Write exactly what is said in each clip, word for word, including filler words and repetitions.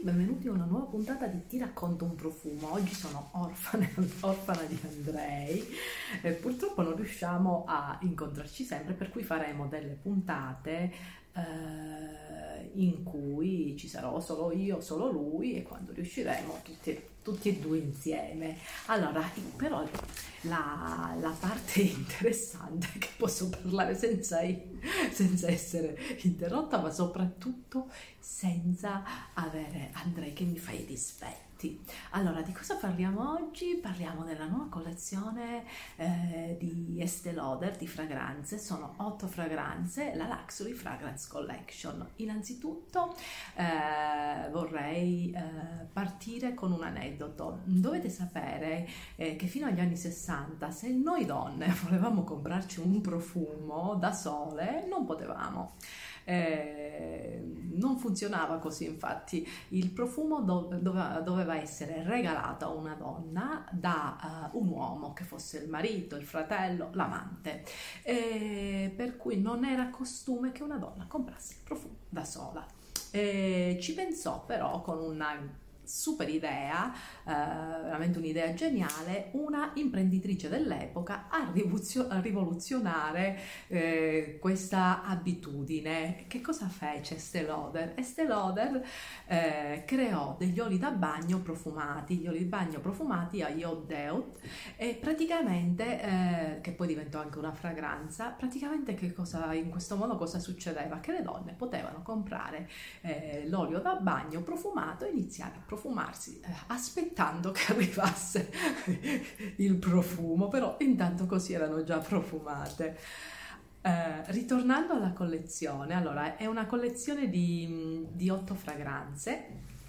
benvenuti a una nuova puntata di Ti racconto un profumo. Oggi sono orfana, orfana di Andrei e purtroppo non riusciamo a incontrarci sempre, per cui faremo delle puntate eh, in cui ci sarò solo io, solo lui, e quando riusciremo tutti, tutti e due insieme. Allora, però la, la parte interessante è che posso parlare senza, senza essere interrotta, ma soprattutto senza avere Andrei che mi fa i dispetti. Allora, di cosa parliamo oggi? Parliamo della nuova collezione eh, di Estée Lauder di fragranze. Sono otto fragranze, la Luxury Fragrance Collection. Innanzitutto eh, vorrei eh, partire con un aneddoto. Dovete sapere eh, che fino agli anni sessanta, se noi donne volevamo comprarci un profumo da sole, non potevamo. Eh, non funzionava così, infatti il profumo do- doveva, doveva essere regalato a una donna da uh, un uomo, che fosse il marito, il fratello, l'amante, eh, per cui non era costume che una donna comprasse il profumo da sola. Eh, ci pensò però con una super idea, eh, veramente un'idea geniale, una imprenditrice dell'epoca a, rivuzio- a rivoluzionare eh, questa abitudine. Che cosa fece Estée Lauder? Estée Lauder eh, creò degli oli da bagno profumati, gli oli di bagno profumati a Eau d'Eau, e praticamente, eh, che poi diventò anche una fragranza. Praticamente che cosa, in questo modo cosa succedeva? Che le donne potevano comprare eh, l'olio da bagno profumato e iniziare a profumarsi eh, aspettando che arrivasse il profumo, però intanto così erano già profumate. Eh, ritornando alla collezione, allora è una collezione di, di otto fragranze.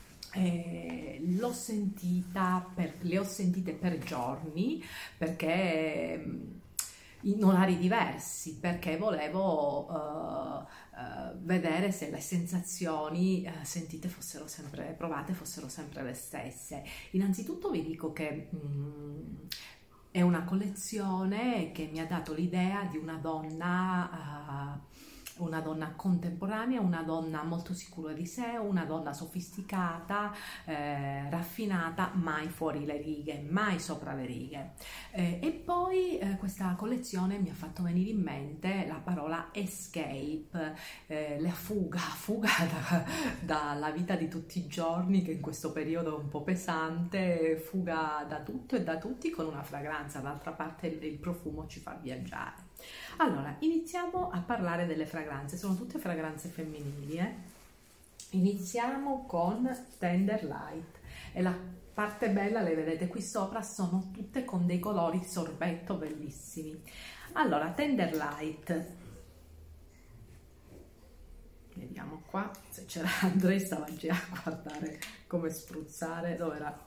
Eh, l'ho sentita per, le ho sentite per giorni, perché in orari diversi, perché volevo uh, uh, vedere se le sensazioni uh, sentite fossero sempre provate, fossero sempre le stesse. Innanzitutto vi dico che um, è una collezione che mi ha dato l'idea di una donna uh, una donna contemporanea, una donna molto sicura di sé, una donna sofisticata, eh, raffinata, mai fuori le righe, mai sopra le righe. Eh, e poi eh, questa collezione mi ha fatto venire in mente la parola escape, eh, la fuga, fuga da, dalla vita di tutti i giorni, che in questo periodo è un po' pesante, fuga da tutto e da tutti con una fragranza. D'altra parte il, il profumo ci fa viaggiare. Allora, iniziamo a parlare delle fragranze. Sono tutte fragranze femminili, eh? Iniziamo con Tender Light, e la parte bella, le vedete qui sopra, sono tutte con dei colori sorbetto bellissimi. Allora, Tender Light, vediamo qua se c'era Andrei, stava già a guardare come spruzzare, dove era.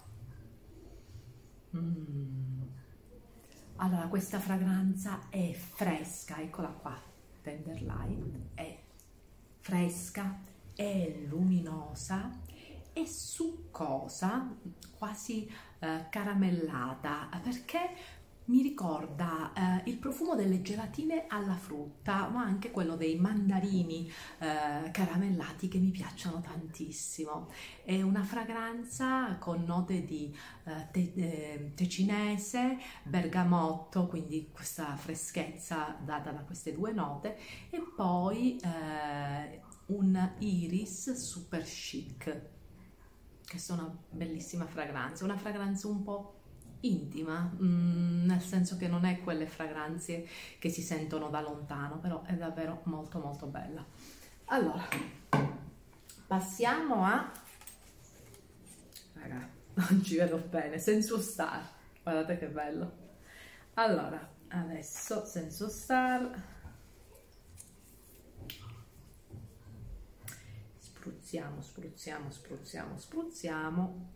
Mm. Allora, questa fragranza è fresca, eccola qua, Tender Light, è fresca, è luminosa, è succosa, quasi eh, caramellata, perché mi ricorda eh, il profumo delle gelatine alla frutta, ma anche quello dei mandarini eh, caramellati, che mi piacciono tantissimo. È una fragranza con note di eh, te, eh, tè cinese, bergamotto, quindi questa freschezza data da queste due note, e poi eh, un iris super chic. Questa è una bellissima fragranza, una fragranza un po' intima, mm, nel senso che non è quelle fragranze che si sentono da lontano, però è davvero molto molto bella. Allora, passiamo a, raga, non ci vedo bene, Sensual Star, guardate che bello. Allora, adesso Sensual Star, spruzziamo, spruzziamo, spruzziamo, spruzziamo.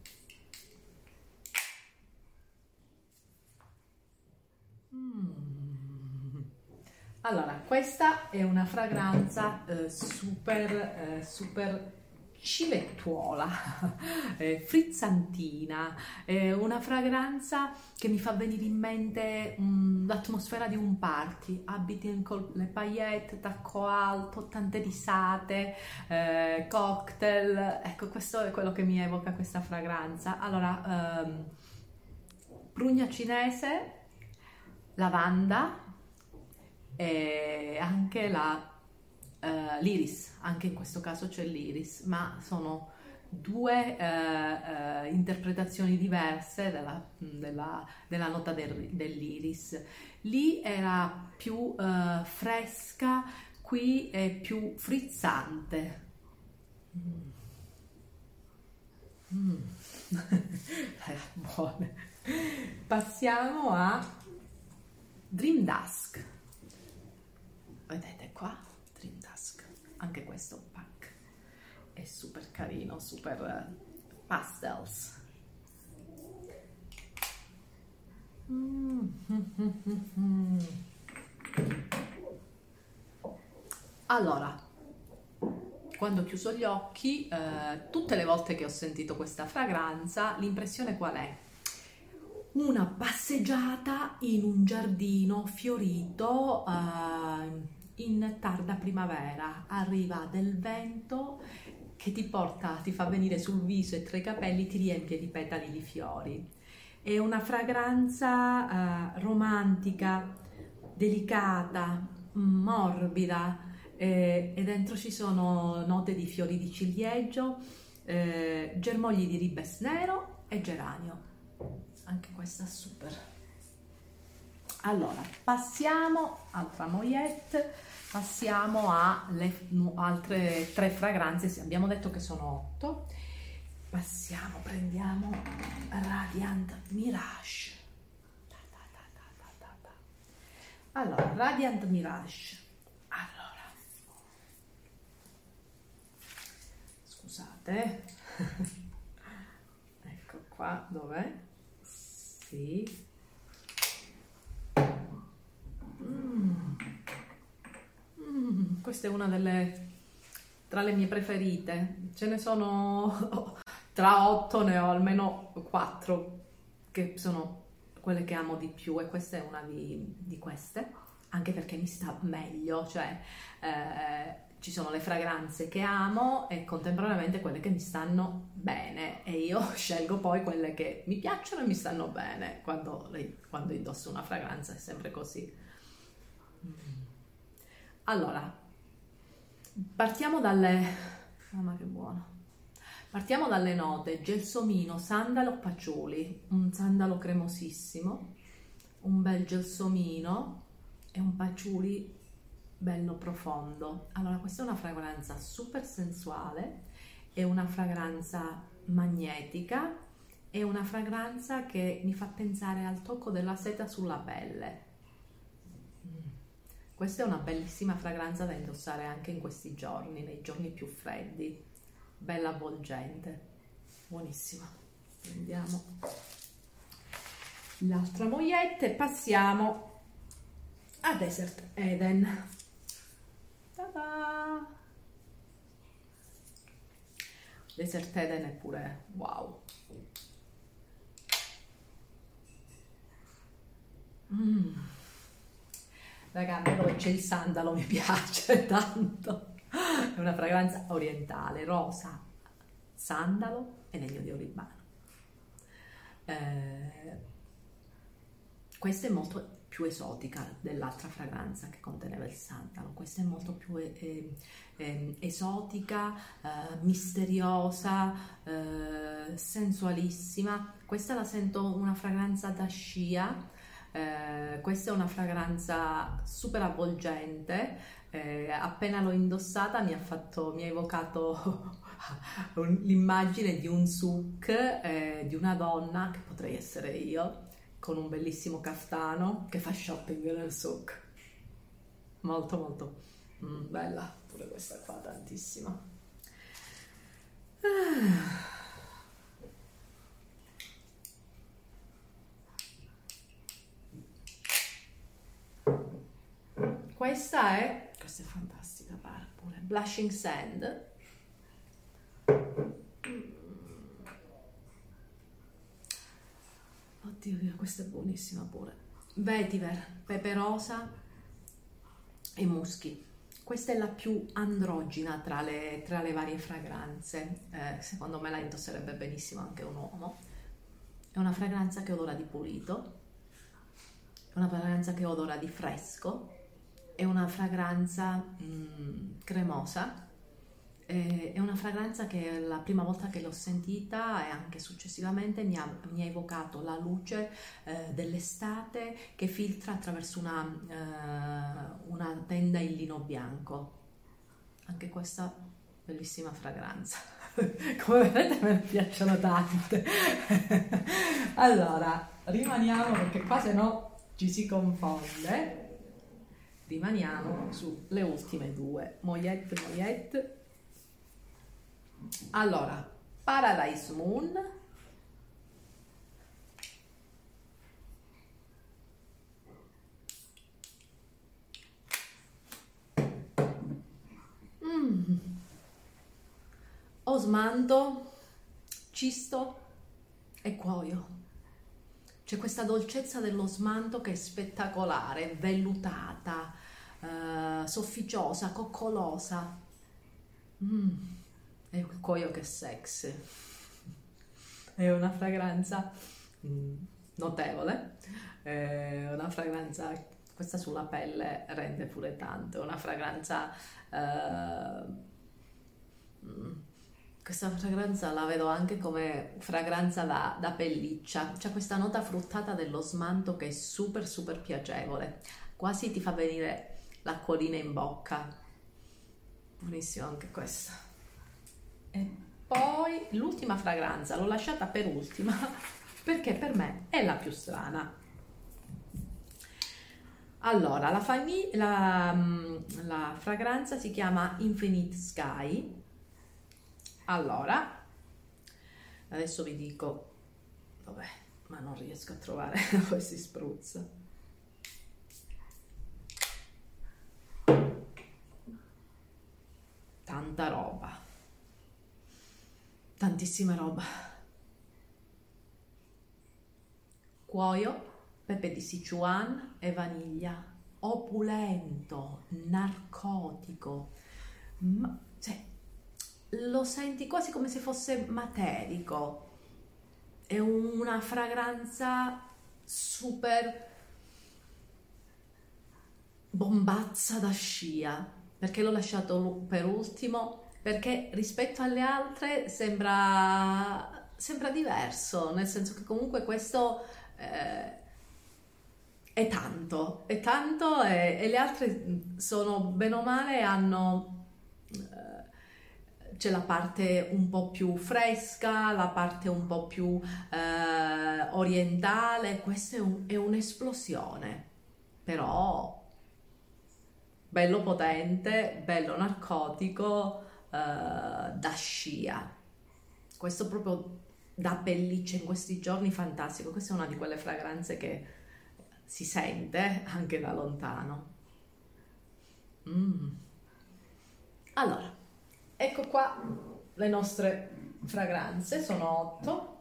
Mm. Allora, questa è una fragranza eh, super, eh, super civettuola, eh, frizzantina, eh, una fragranza che mi fa venire in mente mm, l'atmosfera di un party, abiti con le paillette, tacco alto, tante risate, eh, cocktail, ecco questo è quello che mi evoca questa fragranza. Allora, ehm, prugna cinese, lavanda e anche la Uh, l'iris, anche in questo caso c'è l'iris, ma sono due uh, uh, interpretazioni diverse della, della, della nota del, dell'iris. Lì era più uh, fresca, qui è più frizzante. Mm. Mm. Buone. Passiamo a Dream Dusk. Vedete qua? Dream Dusk, anche questo pack è super carino, super uh, pastels. Mm, mm, mm, mm. Allora, quando ho chiuso gli occhi, eh, tutte le volte che ho sentito questa fragranza, l'impressione qual è? Una passeggiata in un giardino fiorito eh, in tarda primavera, arriva del vento che ti porta, ti fa venire sul viso e tra i capelli, ti riempie di petali di fiori. È una fragranza eh, romantica, delicata, morbida, eh, e dentro ci sono note di fiori di ciliegio, eh, germogli di ribes nero e geranio. Anche questa super. Allora, passiamo, altra moyette, passiamo alle altre tre fragranze, abbiamo detto che sono otto, passiamo, prendiamo Radiant Mirage. Allora, Radiant Mirage, allora, scusate, ecco qua, dov'è? Sì. Mm. Mm, questa è una delle tra le mie preferite, ce ne sono tra otto, ne ho almeno quattro che sono quelle che amo di più e questa è una di, di queste, anche perché mi sta meglio, cioè eh, ci sono le fragranze che amo e contemporaneamente quelle che mi stanno bene e io scelgo poi quelle che mi piacciono e mi stanno bene quando, quando indosso una fragranza, è sempre così. Allora, partiamo dalle... mamma che buono! Partiamo dalle note: gelsomino, sandalo, patchouli, un sandalo cremosissimo, un bel gelsomino e un patchouli bello profondo. Allora, questa è una fragranza super sensuale, è una fragranza magnetica, è una fragranza che mi fa pensare al tocco della seta sulla pelle. Questa è una bellissima fragranza da indossare anche in questi giorni, nei giorni più freddi, bella avvolgente, buonissima. Prendiamo l'altra moglietta e passiamo a Desert Eden. Ta-da! Desert Eden è pure wow. Mm. Raga, a me dove c'è il sandalo mi piace tanto. È una fragranza orientale, rosa, sandalo e legno di olivano. Eh, questa è molto più esotica dell'altra fragranza che conteneva il sandalo. Questa è molto più eh, eh, esotica, eh, misteriosa, eh, sensualissima. Questa la sento una fragranza da scia. Eh, questa è una fragranza super avvolgente, eh, appena l'ho indossata mi ha fatto, mi ha evocato l'immagine di un souk, eh, di una donna che potrei essere io, con un bellissimo caftano che fa shopping nel souk. Molto molto mm, bella pure questa qua, tantissima. Ah. Questa è, questa è fantastica, pure Blushing Sand, Oddio, questa è buonissima pure. Vetiver, pepe rosa e muschi. Questa è la più androgina tra le, tra le varie fragranze. Eh, secondo me la indosserebbe benissimo anche un uomo. È una fragranza che odora di pulito, è una fragranza che odora di fresco, è una fragranza mm, cremosa. È una fragranza che la prima volta che l'ho sentita e anche successivamente mi ha, mi ha evocato la luce eh, dell'estate che filtra attraverso una, eh, una tenda in lino bianco. Anche questa bellissima fragranza. Come vedete me ne piacciono tante. Allora, rimaniamo perché qua se no ci si confonde. Rimaniamo sulle ultime due. Moyette, Moyette. Allora, Paradise Moon, mm. Osmanto, cisto e cuoio. C'è questa dolcezza dell'osmanto che è spettacolare, vellutata, eh, sofficiosa, coccolosa. Mm. È il cuoio che sexy. È una fragranza mm, notevole, è una fragranza, questa sulla pelle rende pure tanto, è una fragranza, eh, mm, questa fragranza la vedo anche come fragranza da, da pelliccia, c'è questa nota fruttata dell'osmanto che è super super piacevole, quasi ti fa venire l'acquolina in bocca, buonissimo anche questa. E poi l'ultima fragranza l'ho lasciata per ultima perché per me è la più strana. Allora, la, famig- la, la fragranza si chiama Infinite Sky. Allora, adesso vi dico, vabbè, ma non riesco a trovare, poi si spruzza. Tanta roba. Tantissima roba. Cuoio, pepe di Sichuan e vaniglia. Opulento, narcotico. Ma, cioè, lo senti quasi come se fosse materico. È una fragranza super bombazza da scia. Perché l'ho lasciato per ultimo? Perché rispetto alle altre sembra, sembra diverso, nel senso che comunque questo eh, è tanto, è tanto e, e le altre sono bene o male, hanno, eh, c'è la parte un po' più fresca, la parte un po' più eh, orientale, questa è, un, è un'esplosione, però bello potente, bello narcotico, Uh, da scia, questo proprio da pelliccia in questi giorni, fantastico. Questa è una di quelle fragranze che si sente anche da lontano. mm. Allora, ecco qua le nostre fragranze, sono otto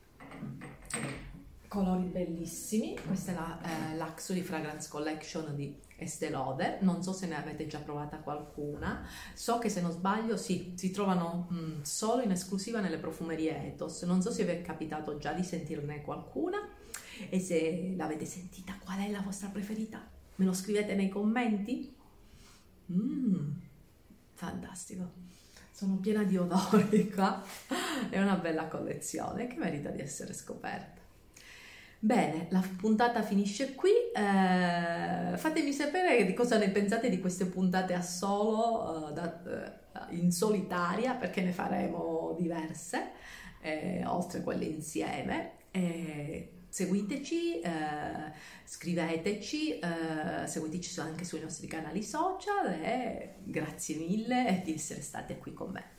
colori bellissimi. Questa è la eh, Luxury Fragrance Collection di Estée Lauder, non so se ne avete già provata qualcuna, so che se non sbaglio sì, si trovano mh, solo in esclusiva nelle profumerie Ethos, non so se vi è capitato già di sentirne qualcuna e se l'avete sentita qual è la vostra preferita, me lo scrivete nei commenti. Mm, fantastico, sono piena di odori qua, è una bella collezione che merita di essere scoperta. Bene, la puntata finisce qui, eh, fatemi sapere di cosa ne pensate di queste puntate a solo, uh, da, uh, in solitaria, perché ne faremo diverse, eh, oltre quelle insieme. Eh, seguiteci, eh, scriveteci, eh, seguiteci anche sui nostri canali social e grazie mille di essere state qui con me.